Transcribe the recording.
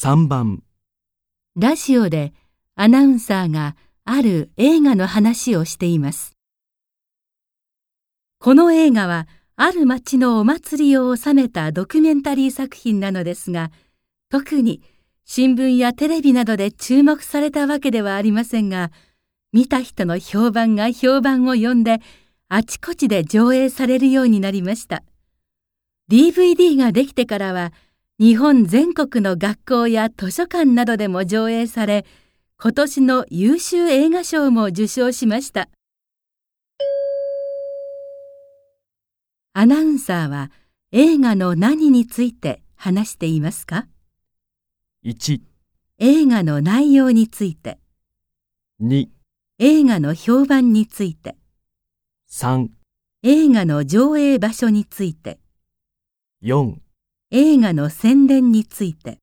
3番、 ラジオでアナウンサーがある映画の話をしています。この映画はある町のお祭りを収めたドキュメンタリー作品なのですが、特に新聞やテレビなどで注目されたわけではありませんが、見た人の評判が評判を呼んで、あちこちで上映されるようになりました。DVD ができてからは、日本全国の学校や図書館などでも上映され、今年の優秀映画賞も受賞しました。アナウンサーは映画の何について話していますか？ 1、 映画の内容について。 2、 映画の評判について。 3、 映画の上映場所について。 4 映画の宣伝について。